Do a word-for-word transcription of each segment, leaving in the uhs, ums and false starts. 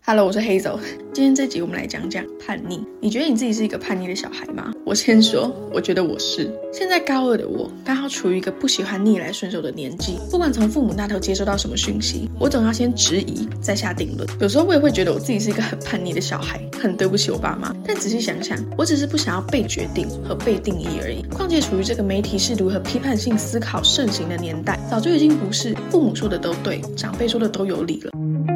Hello， 我是黑走。今天这集我们来讲讲叛逆。你觉得你自己是一个叛逆的小孩吗？我先说，我觉得我是。现在高二的我，刚好处于一个不喜欢逆来顺受的年纪。不管从父母那头接收到什么讯息，我总要先质疑，再下定论。有时候我也会觉得我自己是一个很叛逆的小孩，很对不起我爸妈。但仔细想想，我只是不想要被决定和被定义而已。况且处于这个媒体识读和批判性思考盛行的年代，早就已经不是父母说的都对，长辈说的都有理了。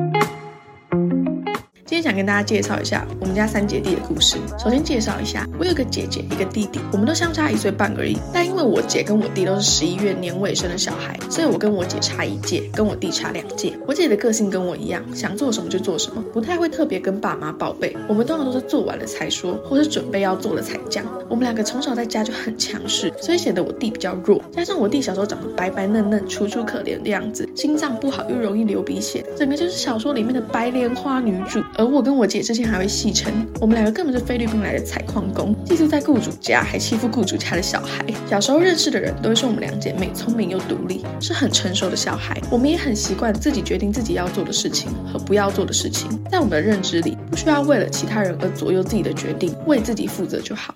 今天想跟大家介绍一下我们家三姐弟的故事。首先介绍一下，我有个姐姐，一个弟弟，我们都相差一岁半而已。但因为我姐跟我弟都是十一月年尾生的小孩，所以我跟我姐差一届，跟我弟差两届。我姐的个性跟我一样，想做什么就做什么，不太会特别跟爸妈报备。我们通常都是做完了才说，或是准备要做了才讲。我们两个从小在家就很强势，所以显得我弟比较弱。加上我弟小时候长得白白嫩嫩、楚楚可怜的样子，心脏不好又容易流鼻血，整个就是小说里面的白莲花女主。而我跟我姐之前还会戏称，我们两个根本是菲律宾来的采矿工，寄宿在雇主家，还欺负雇主家的小孩。小时候认识的人都会说我们两姐妹聪明又独立，是很成熟的小孩。我们也很习惯自己决定自己要做的事情和不要做的事情，在我们的认知里，不需要为了其他人而左右自己的决定，为自己负责就好。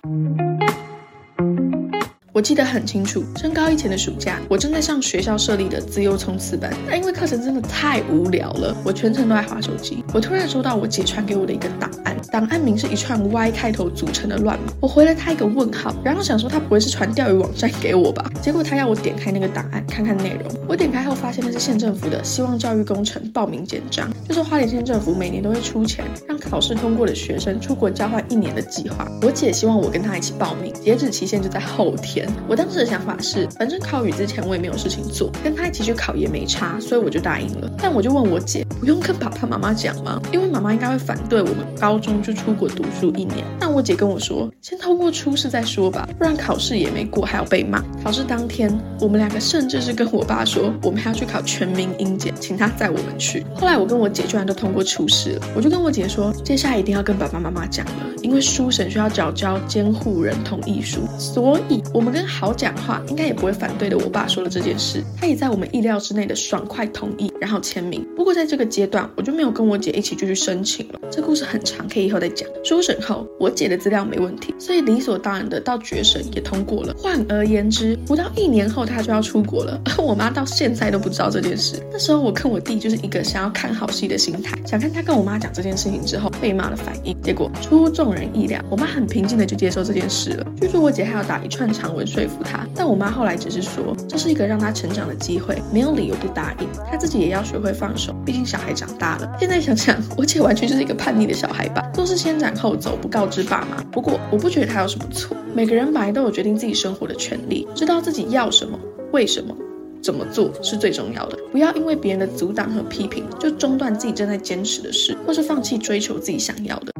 我记得很清楚，升高一前的暑假，我正在上学校设立的资优冲刺班，但因为课程真的太无聊了，我全程都在滑手机。我突然收到我姐传给我的一个档案，档案名是一串 Y 开头组成的乱码。我回了她一个问号，然后想说她不会是传钓鱼网站给我吧？结果她要我点开那个档案看看内容。我点开后发现那是县政府的希望教育工程报名简章，就是花莲县政府每年都会出钱让考试通过的学生出国交换一年的计划。我姐希望我跟她一起报名，截止期限就在后天。我当时的想法是，反正考语之前我也没有事情做，跟他一起去考也没差，所以我就答应了。但我就问我姐，不用跟爸爸妈妈讲吗？因为妈妈应该会反对我们高中就出国读书一年。但我姐跟我说，先通过初试再说吧，不然考试也没过还要被骂。考试当天，我们两个甚至是跟我爸说，我们还要去考全民英检，请他载我们去。后来我跟我姐居然都通过初试了，我就跟我姐说，接下来一定要跟爸爸妈妈讲了，因为书审需要缴交监护人同意书，所以我们跟好讲话应该也不会反对的我爸说了这件事，他也在我们意料之内的爽快同意，然后签名。不过在这个阶段，我就没有跟我姐一起就去申请了。这故事很长，可以以后再讲。初审后，我姐的资料没问题，所以理所当然的到决审也通过了。换而言之，不到一年后她就要出国了，而我妈到现在都不知道这件事。那时候我跟我弟就是一个想要看好戏的心态，想看他跟我妈讲这件事情之后被骂的反应。结果出乎众人意料，我妈很平静的就接受这件事了。据说我姐还要打一串长文说服她，但我妈后来只是说，这是一个让她成长的机会，没有理由不答应。她自己也要学会放手，毕竟小孩长大了。现在想想，我姐完全就是一个叛逆的小孩吧，做事先斩后奏，不告知爸妈。不过我不觉得她有什么错，每个人本来都有决定自己生活的权利，知道自己要什么，为什么，怎么做是最重要的。不要因为别人的阻挡和批评，就中断自己正在坚持的事，或是放弃追求自己想要的。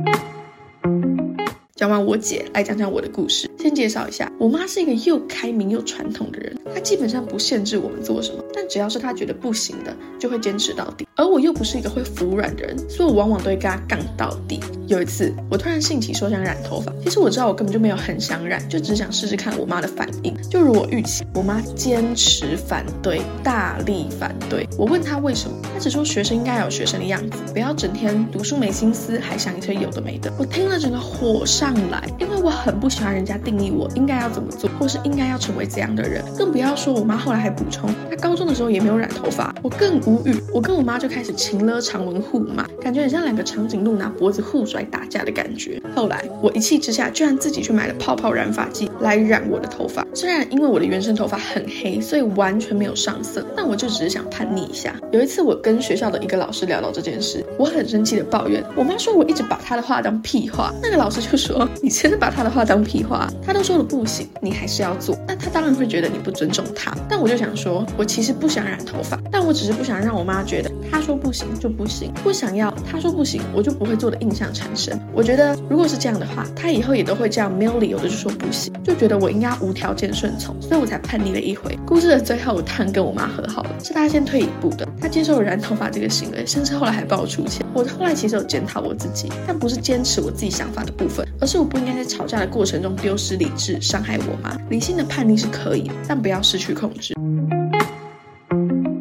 讲完我姐，来讲讲我的故事。先介绍一下，我妈是一个又开明又传统的人，她基本上不限制我们做什么，但只要是她觉得不行的，就会坚持到底。而我又不是一个会服软的人，所以我往往都会跟她杠到底。有一次，我突然兴起说想染头发，其实我知道我根本就没有很想染，就只想试试看我妈的反应。就如我预期，我妈坚持反对，大力反对。我问她为什么，她只说学生应该有学生的样子，不要整天读书没心思，还想一些有的没的。我听了整个火上来，因为我很不喜欢人家定义我应该要怎么做，或是应该要成为怎样的人。更不要说我妈后来还补充，她高中的时候也没有染头发。我更无语，我跟我妈就开始情勒长文互骂，感觉很像两个长颈鹿拿脖子互甩打架的感觉。后来我一气之下，居然自己去买了泡泡染发剂来染我的头发。虽然因为我的原生头发很黑，所以完全没有上色，但我就只是想叛逆一下。有一次我跟学校的一个老师聊到这件事，我很生气的抱怨，我妈说我一直把她的话当屁话。那个老师就说，你真的把她的话当屁话，她都说了不行，你还是要做，那她当然会觉得你不尊重她。但我就想说，我其实不想染头发，但我只是不想让我妈觉得她说不行就不行，不想要她说不行我就不会做的印象产生。我觉得如果是这样的话，她以后也都会这样没有理由的就说不行，就觉得我应该无条件顺从，所以我才叛逆了一回。故事的最后，我当然跟我妈和好了，是她先退一步的，她接受了染头发这个行为，甚至后来还帮我出钱。我后来其实有检讨我自己，但不是坚持我自己想法的部分，而是我不应该在吵架的过程中丢失理智，伤害我妈。理性的叛逆是可以的，但不要失去控制。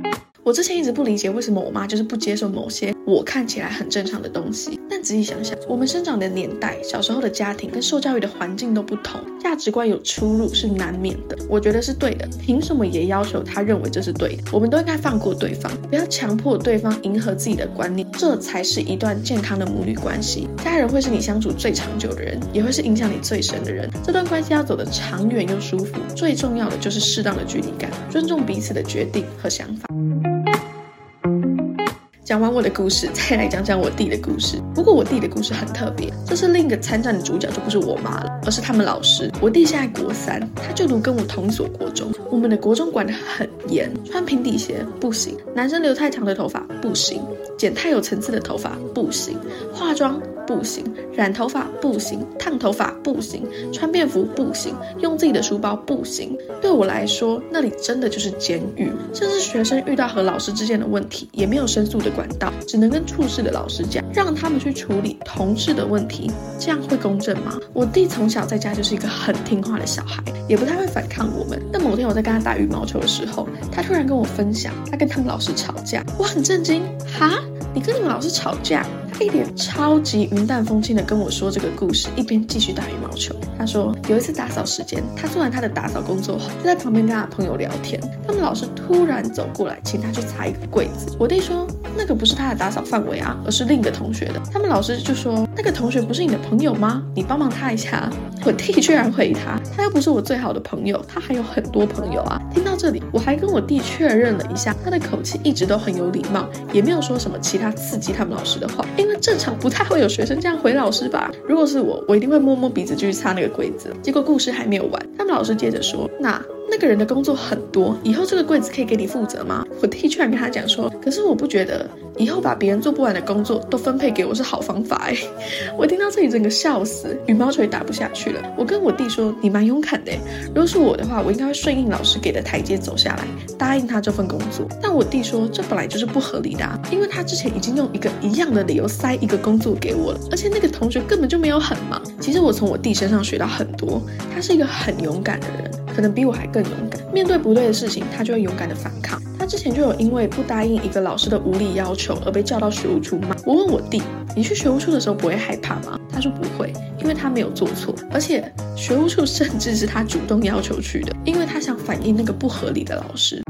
我之前一直不理解为什么我妈就是不接受某些我看起来很正常的东西，但仔细想想，我们生长的年代、小时候的家庭跟受教育的环境都不同，价值观有出入是难免的。我觉得是对的，凭什么也要求他认为这是对的？我们都应该放过对方，不要强迫对方迎合自己的观念，这才是一段健康的母女关系。家人会是你相处最长久的人，也会是影响你最深的人。这段关系要走得长远又舒服，最重要的就是适当的距离感，尊重彼此的决定和想法。讲完我的故事，再来讲讲我弟的故事。不过我弟的故事很特别，这是另一个参战的主角就不是我妈了，而是他们老师。我弟现在国三，他就读跟我同一所国中。我们的国中管得很严，穿平底鞋不行，男生留太长的头发不行，剪太有层次的头发不行，化妆不行，染头发不行，烫头发不行，穿便服不行，用自己的书包不行。对我来说，那里真的就是监狱，甚至学生遇到和老师之间的问题，也没有申诉的管道，只能跟处事的老师讲，让他们去处理同事的问题，这样会公正吗？我弟从小在家就是一个很听话的小孩，也不太会反抗我们。但某天我在跟他打羽毛球的时候，他突然跟我分享他跟他们老师吵架，我很震惊，哈？你跟你们老师吵架？他一脸超级云淡风轻的跟我说这个故事，一边继续打羽毛球。他说有一次打扫时间，他做完他的打扫工作后，就在旁边跟他的朋友聊天，他们老师突然走过来请他去擦一个柜子。我弟说那个不是他的打扫范围啊，而是另一个同学的。他们老师就说那个同学不是你的朋友吗？你帮忙他一下。我弟居然回他，他又不是我最好的朋友，他还有很多朋友啊。听到这里，我还跟我弟确认了一下，他的口气一直都很有礼貌，也没有说什么其他刺激他们老师的话，因为正常不太会有学生这样回老师吧。如果是我，我一定会摸摸鼻子继续擦那个柜子。结果故事还没有完，他们老师接着说，那那个人的工作很多，以后这个柜子可以给你负责吗？我弟居然跟他讲说，可是我不觉得以后把别人做不完的工作都分配给我是好方法哎。我听到这里整个笑死，羽毛球也打不下去了。我跟我弟说，你蛮勇敢的耶，如果是我的话，我应该会顺应老师给的台阶走下来，答应他这份工作。但我弟说这本来就是不合理的啊，因为他之前已经用一个一样的理由塞一个工作给我了，而且那个同学根本就没有很忙。其实我从我弟身上学到很多，他是一个很勇敢的人，可能比我还更勇敢，面对不对的事情他就会勇敢的反抗。他之前就有因为不答应一个老师的无理要求而被叫到学务处骂。我问我弟，你去学务处的时候不会害怕吗？他说不会，因为他没有做错，而且学务处甚至是他主动要求去的，因为他想反映那个不合理的老师。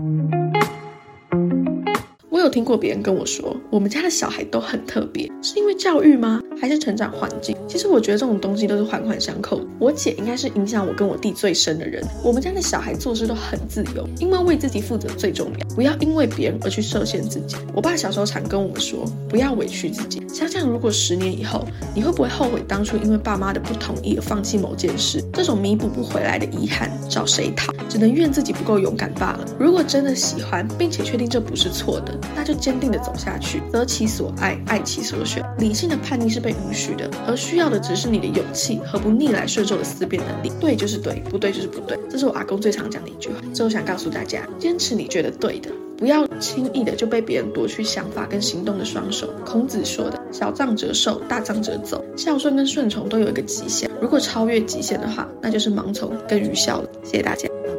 我有听过别人跟我说，我们家的小孩都很特别，是因为教育吗？还是成长环境？其实我觉得这种东西都是环环相扣的。我姐应该是影响我跟我弟最深的人。我们家的小孩做事都很自由，因为为自己负责最重要，不要因为别人而去设限自己。我爸小时候常跟我们说，不要委屈自己。想想如果十年以后，你会不会后悔当初因为爸妈的不同意而放弃某件事？这种弥补不回来的遗憾，找谁讨？只能怨自己不够勇敢罢了。如果真的喜欢，并且确定这不是错的，那就坚定的走下去，择其所爱，爱其所选。理性的叛逆是被允许的，而需要的只是你的勇气和不逆来顺受的思辨能力。对就是对，不对就是不对，这是我阿公最常讲的一句话。最后想告诉大家，坚持你觉得对的，不要轻易的就被别人夺去想法跟行动的双手。孔子说的，小杖则受，大杖则走。孝顺跟顺从都有一个极限，如果超越极限的话，那就是盲从跟愚孝了。谢谢大家。